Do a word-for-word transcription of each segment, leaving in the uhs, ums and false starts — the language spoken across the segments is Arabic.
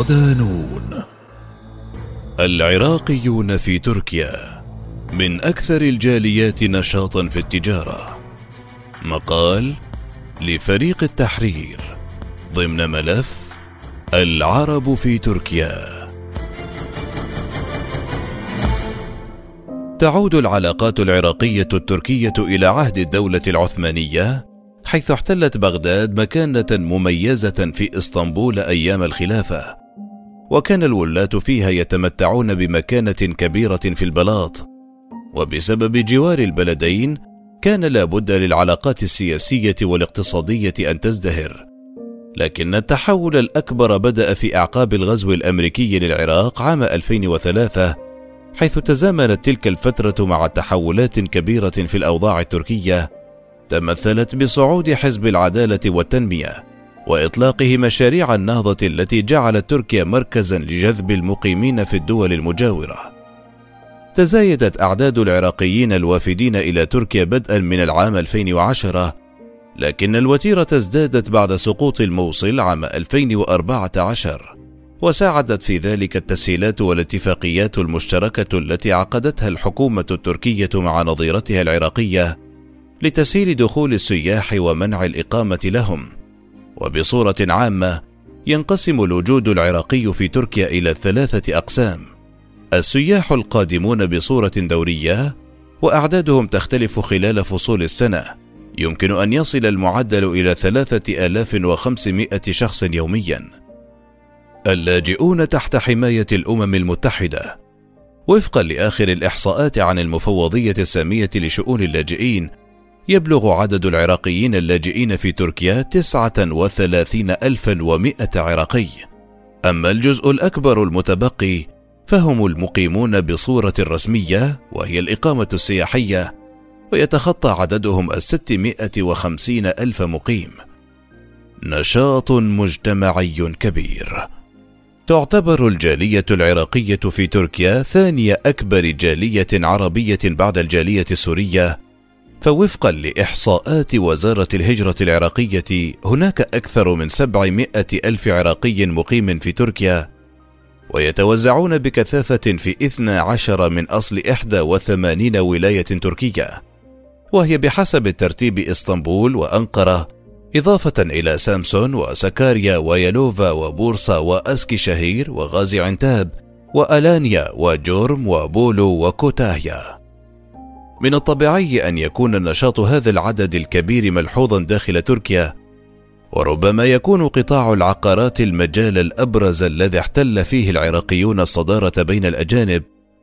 ودانون. العراقيون في تركيا من أكثر الجاليات نشاطا في التجارة. مقال لفريق التحرير ضمن ملف العرب في تركيا. تعود العلاقات العراقية التركية إلى عهد الدولة العثمانية، حيث احتلت بغداد مكانة مميزة في إسطنبول أيام الخلافة، وكان الولاة فيها يتمتعون بمكانة كبيرة في البلاط، وبسبب جوار البلدين كان لا بد للعلاقات السياسية والاقتصادية أن تزدهر. لكن التحول الأكبر بدأ في أعقاب الغزو الأمريكي للعراق عام ألفين وثلاثة، حيث تزامنت تلك الفترة مع تحولات كبيرة في الأوضاع التركية تمثلت بصعود حزب العدالة والتنمية وإطلاقه مشاريع النهضة التي جعلت تركيا مركزا لجذب المقيمين في الدول المجاورة. تزايدت أعداد العراقيين الوافدين إلى تركيا بدءا من العام ألفين وعشرة، لكن الوتيرة ازدادت بعد سقوط الموصل عام ألفين وأربعة عشر، وساعدت في ذلك التسهيلات والاتفاقيات المشتركة التي عقدتها الحكومة التركية مع نظيرتها العراقية لتسهيل دخول السياح ومنع الإقامة لهم. وبصورة عامة ينقسم الوجود العراقي في تركيا إلى ثلاثة أقسام: السياح القادمون بصورة دورية، وأعدادهم تختلف خلال فصول السنة، يمكن أن يصل المعدل إلى ثلاثة آلاف وخمسمائة شخص يوميا. اللاجئون تحت حماية الأمم المتحدة. وفقا لآخر الإحصاءات عن المفوضية السامية لشؤون اللاجئين، يبلغ عدد العراقيين اللاجئين في تركيا تسعة وثلاثين ألفا ومائة عراقي. أما الجزء الأكبر المتبقي فهم المقيمون بصورة رسمية وهي الإقامة السياحية، ويتخطى عددهم الستمائة وخمسين ألف مقيم. نشاط مجتمعي كبير. تعتبر الجالية العراقية في تركيا ثاني أكبر جالية عربية بعد الجالية السورية، فوفقا لإحصاءات وزارة الهجرة العراقية هناك أكثر من سبعمائة ألف عراقي مقيم في تركيا، ويتوزعون بكثافة في اثني عشر من أصل إحدى وثمانين ولاية تركية، وهي بحسب الترتيب إسطنبول وأنقرة، إضافة إلى سامسون وسكاريا ويلوفا وبورصة وأسكي شهير وغازي عنتاب وألانيا وجورم وبولو وكوتاهيا. من الطبيعي أن يكون النشاط هذا العدد الكبير ملحوظا داخل تركيا، وربما يكون قطاع العقارات المجال الأبرز الذي احتل فيه العراقيون الصدارة بين الأجانب.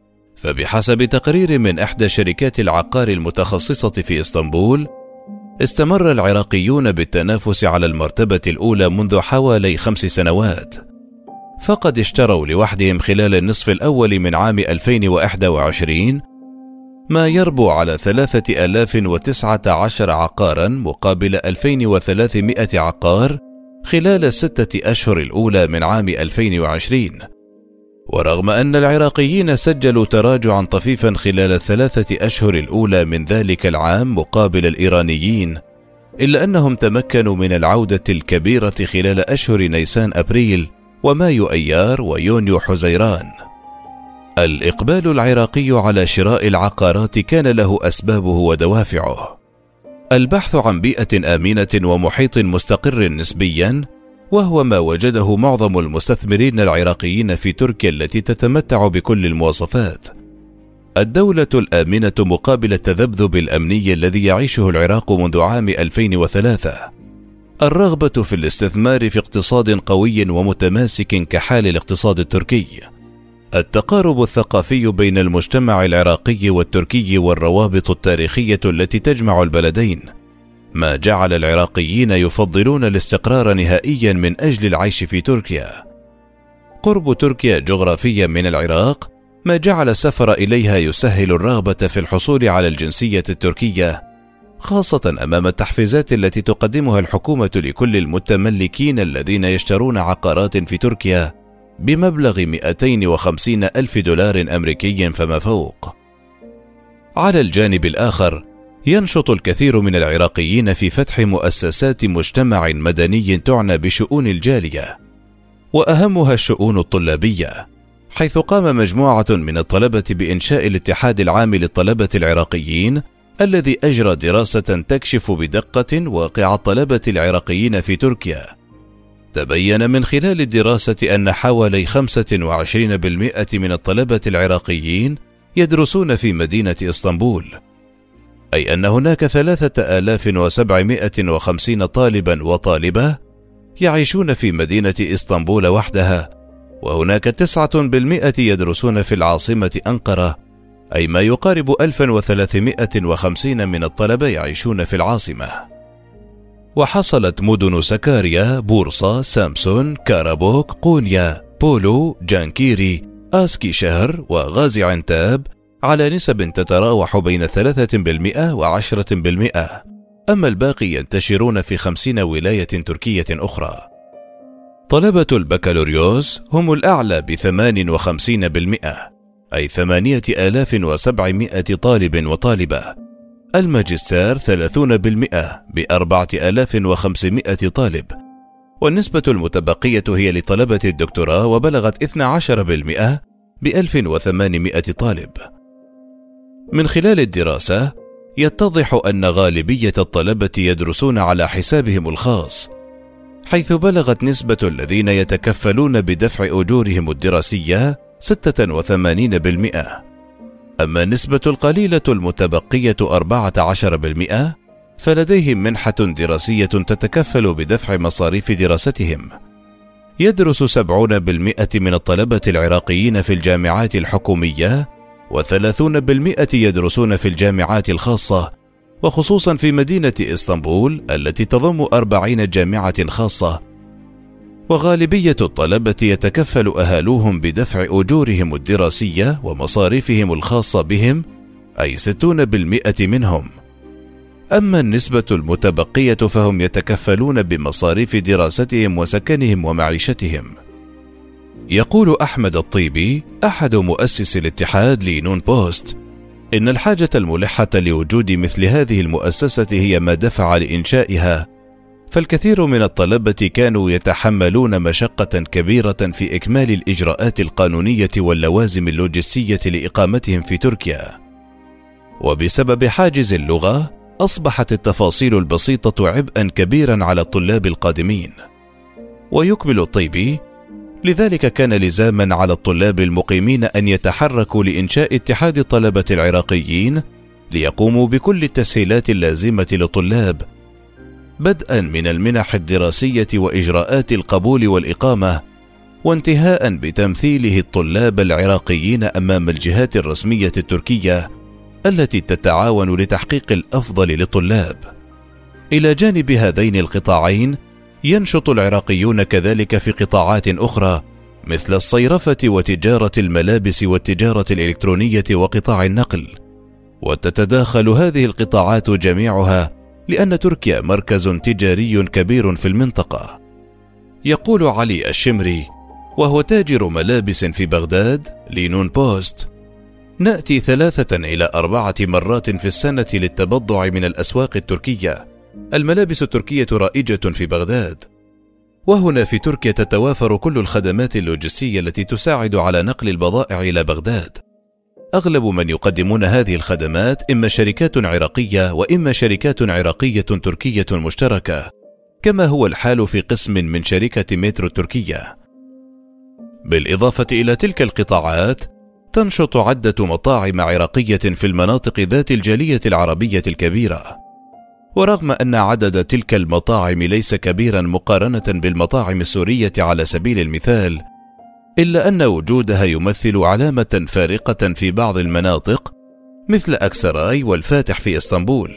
فبحسب تقرير من إحدى شركات العقار المتخصصة في إسطنبول، استمر العراقيون بالتنافس على المرتبة الأولى منذ حوالي خمس سنوات، فقد اشتروا لوحدهم خلال النصف الأول من عام ألفين وإحدى وعشرين ما يربو على ثلاثة آلاف وتسعة عشر عقارا مقابل ألفين وثلاثمائة عقار خلال الستة أشهر الأولى من عام ألفين وعشرين. ورغم أن العراقيين سجلوا تراجعا طفيفا خلال الثلاثة أشهر الأولى من ذلك العام مقابل الإيرانيين، إلا أنهم تمكنوا من العودة الكبيرة خلال أشهر نيسان أبريل ومايو أيار ويونيو حزيران. الإقبال العراقي على شراء العقارات كان له أسبابه ودوافعه: البحث عن بيئة آمنة ومحيط مستقر نسبيا، وهو ما وجده معظم المستثمرين العراقيين في تركيا التي تتمتع بكل المواصفات. الدولة الآمنة مقابل التذبذب الأمني الذي يعيشه العراق منذ عام ألفين وثلاثة. الرغبة في الاستثمار في اقتصاد قوي ومتماسك كحال الاقتصاد التركي. التقارب الثقافي بين المجتمع العراقي والتركي والروابط التاريخية التي تجمع البلدين، ما جعل العراقيين يفضلون الاستقرار نهائيا من أجل العيش في تركيا. قرب تركيا جغرافيا من العراق، ما جعل السفر إليها يسهل الرغبة في الحصول على الجنسية التركية، خاصة أمام التحفيزات التي تقدمها الحكومة لكل المتملكين الذين يشترون عقارات في تركيا بمبلغ مئتين وخمسين ألف دولار أمريكي فما فوق. على الجانب الآخر، ينشط الكثير من العراقيين في فتح مؤسسات مجتمع مدني تعنى بشؤون الجالية، وأهمها الشؤون الطلابية، حيث قام مجموعة من الطلبة بإنشاء الاتحاد العام للطلبة العراقيين الذي أجرى دراسة تكشف بدقة واقع الطلبة العراقيين في تركيا. تبين من خلال الدراسة أن حوالي خمسة وعشرين بالمئة من الطلبة العراقيين يدرسون في مدينة إسطنبول، أي أن هناك ثلاثة آلاف وسبعمائة وخمسين طالبا وطالبة يعيشون في مدينة إسطنبول وحدها، وهناك تسعة بالمئة يدرسون في العاصمة أنقرة، أي ما يقارب ألف وثلاثمائة وخمسين من الطلبة يعيشون في العاصمة. وحصلت مدن سكاريا، بورصة، سامسون، كارابوك، قونيا، بولو، جانكيري، آسكي شهر وغازي عنتاب على نسب تتراوح بين ثلاثة بالمئة وعشرة بالمئة، أما الباقي ينتشرون في خمسين ولاية تركية أخرى. طلبة البكالوريوس هم الأعلى بثمان وخمسين بالمئة، أي ثمانية آلاف وسبعمائة طالب وطالبة. الماجستير ثلاثون بالمئة بأربعة آلاف وخمسمائة طالب، والنسبة المتبقية هي لطلبة الدكتوراه وبلغت اثني عشر بالمئة بألف وثمانمائة طالب. من خلال الدراسة يتضح أن غالبية الطلبة يدرسون على حسابهم الخاص، حيث بلغت نسبة الذين يتكفلون بدفع أجورهم الدراسية ستة وثمانين بالمئة، أما النسبة القليلة المتبقية أربعة عشر بالمئة فلديهم منحة دراسية تتكفل بدفع مصاريف دراستهم. يدرس سبعون بالمئة من الطلبة العراقيين في الجامعات الحكومية، وثلاثون بالمئة يدرسون في الجامعات الخاصة، وخصوصا في مدينة إسطنبول التي تضم أربعين جامعة خاصة. وغالبية الطلبة يتكفل أهالوهم بدفع أجورهم الدراسية ومصاريفهم الخاصة بهم، أي ستون بالمئة منهم. أما النسبة المتبقية فهم يتكفلون بمصاريف دراستهم وسكنهم ومعيشتهم. يقول أحمد الطيبي أحد مؤسسي الاتحاد لنون بوست إن الحاجة الملحة لوجود مثل هذه المؤسسة هي ما دفع لإنشائها، فالكثير من الطلبة كانوا يتحملون مشقة كبيرة في إكمال الإجراءات القانونية واللوازم اللوجستية لإقامتهم في تركيا، وبسبب حاجز اللغة أصبحت التفاصيل البسيطة عبئا كبيرا على الطلاب القادمين. ويكمل الطيبي: لذلك كان لزاما على الطلاب المقيمين أن يتحركوا لإنشاء اتحاد الطلبة العراقيين ليقوموا بكل التسهيلات اللازمة للطلاب، بدءا من المنح الدراسية وإجراءات القبول والإقامة، وانتهاء بتمثيله الطلاب العراقيين أمام الجهات الرسمية التركية التي تتعاون لتحقيق الأفضل للطلاب. إلى جانب هذين القطاعين ينشط العراقيون كذلك في قطاعات أخرى مثل الصيرفة وتجارة الملابس والتجارة الإلكترونية وقطاع النقل، وتتداخل هذه القطاعات جميعها لأن تركيا مركز تجاري كبير في المنطقة. يقول علي الشمري وهو تاجر ملابس في بغداد لنون بوست: نأتي ثلاثة إلى أربعة مرات في السنة للتبضع من الأسواق التركية. الملابس التركية رائجة في بغداد، وهنا في تركيا تتوافر كل الخدمات اللوجستية التي تساعد على نقل البضائع إلى بغداد. أغلب من يقدمون هذه الخدمات إما شركات عراقية وإما شركات عراقية تركية مشتركة، كما هو الحال في قسم من شركة مترو التركية. بالإضافة إلى تلك القطاعات تنشط عدة مطاعم عراقية في المناطق ذات الجالية العربية الكبيرة، ورغم أن عدد تلك المطاعم ليس كبيرا مقارنة بالمطاعم السورية على سبيل المثال، إلا أن وجودها يمثل علامة فارقة في بعض المناطق مثل أكسراي والفاتح في إسطنبول.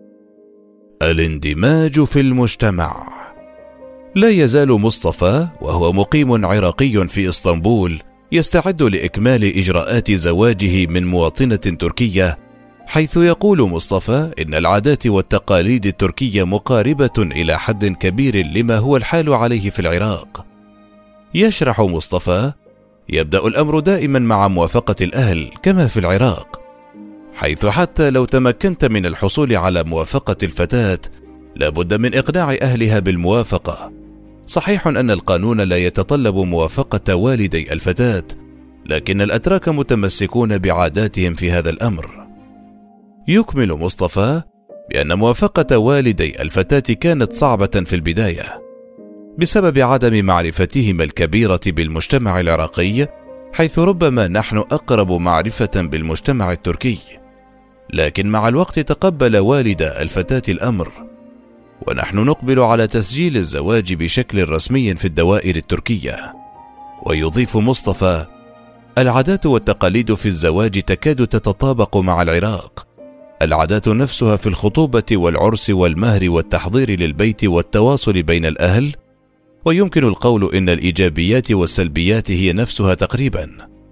الاندماج في المجتمع. لا يزال مصطفى وهو مقيم عراقي في إسطنبول يستعد لإكمال إجراءات زواجه من مواطنة تركية، حيث يقول مصطفى إن العادات والتقاليد التركية مقاربة إلى حد كبير لما هو الحال عليه في العراق. يشرح مصطفى: يبدأ الأمر دائما مع موافقة الأهل كما في العراق، حيث حتى لو تمكنت من الحصول على موافقة الفتاة لابد من إقناع أهلها بالموافقة، صحيح أن القانون لا يتطلب موافقة والدي الفتاة، لكن الأتراك متمسكون بعاداتهم في هذا الأمر. يكمل مصطفى بأن موافقة والدي الفتاة كانت صعبة في البداية بسبب عدم معرفتهما الكبيرة بالمجتمع العراقي، حيث ربما نحن أقرب معرفة بالمجتمع التركي، لكن مع الوقت تقبل والد الفتاة الأمر، ونحن نقبل على تسجيل الزواج بشكل رسمي في الدوائر التركية. ويضيف مصطفى: العادات والتقاليد في الزواج تكاد تتطابق مع العراق، العادات نفسها في الخطوبة والعرس والمهر والتحضير للبيت والتواصل بين الأهل، ويمكن القول إن الإيجابيات والسلبيات هي نفسها تقريبا.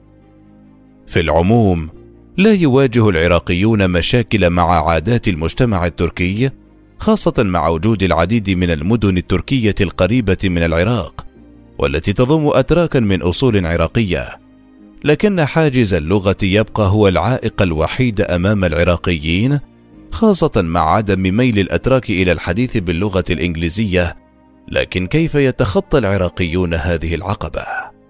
في العموم لا يواجه العراقيون مشاكل مع عادات المجتمع التركي، خاصة مع وجود العديد من المدن التركية القريبة من العراق والتي تضم أتراكا من أصول عراقية، لكن حاجز اللغة يبقى هو العائق الوحيد أمام العراقيين، خاصة مع عدم ميل الأتراك إلى الحديث باللغة الإنجليزية. لكن كيف يتخطى العراقيون هذه العقبة؟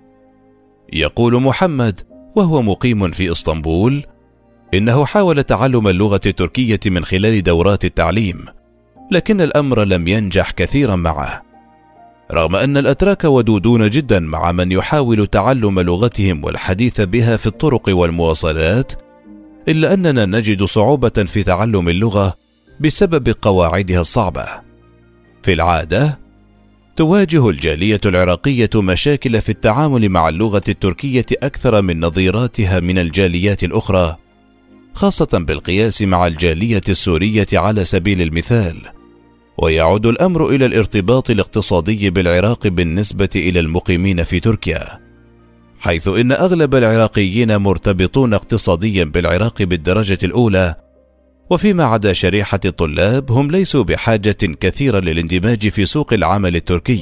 يقول محمد وهو مقيم في اسطنبول إنه حاول تعلم اللغة التركية من خلال دورات التعليم، لكن الأمر لم ينجح كثيرا معه. رغم أن الأتراك ودودون جدا مع من يحاول تعلم لغتهم والحديث بها في الطرق والمواصلات، إلا أننا نجد صعوبة في تعلم اللغة بسبب قواعدها الصعبة. في العادة تواجه الجالية العراقية مشاكل في التعامل مع اللغة التركية أكثر من نظيراتها من الجاليات الأخرى، خاصة بالقياس مع الجالية السورية على سبيل المثال. ويعود الأمر إلى الارتباط الاقتصادي بالعراق بالنسبة إلى المقيمين في تركيا، حيث إن أغلب العراقيين مرتبطون اقتصاديا بالعراق بالدرجة الأولى، وفيما عدا شريحة الطلاب هم ليسوا بحاجة كثيرة للاندماج في سوق العمل التركي،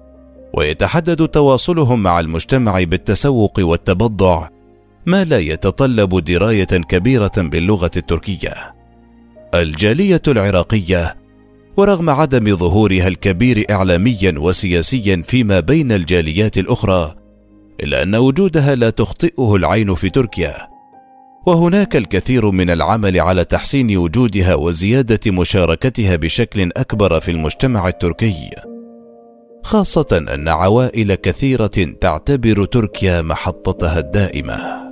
ويتحدد تواصلهم مع المجتمع بالتسوق والتبضع، ما لا يتطلب دراية كبيرة باللغة التركية. الجالية العراقية ورغم عدم ظهورها الكبير إعلاميا وسياسيا فيما بين الجاليات الأخرى، إلا أن وجودها لا تخطئه العين في تركيا، وهناك الكثير من العمل على تحسين وجودها وزيادة مشاركتها بشكل أكبر في المجتمع التركي، خاصة أن عوائل كثيرة تعتبر تركيا محطتها الدائمة.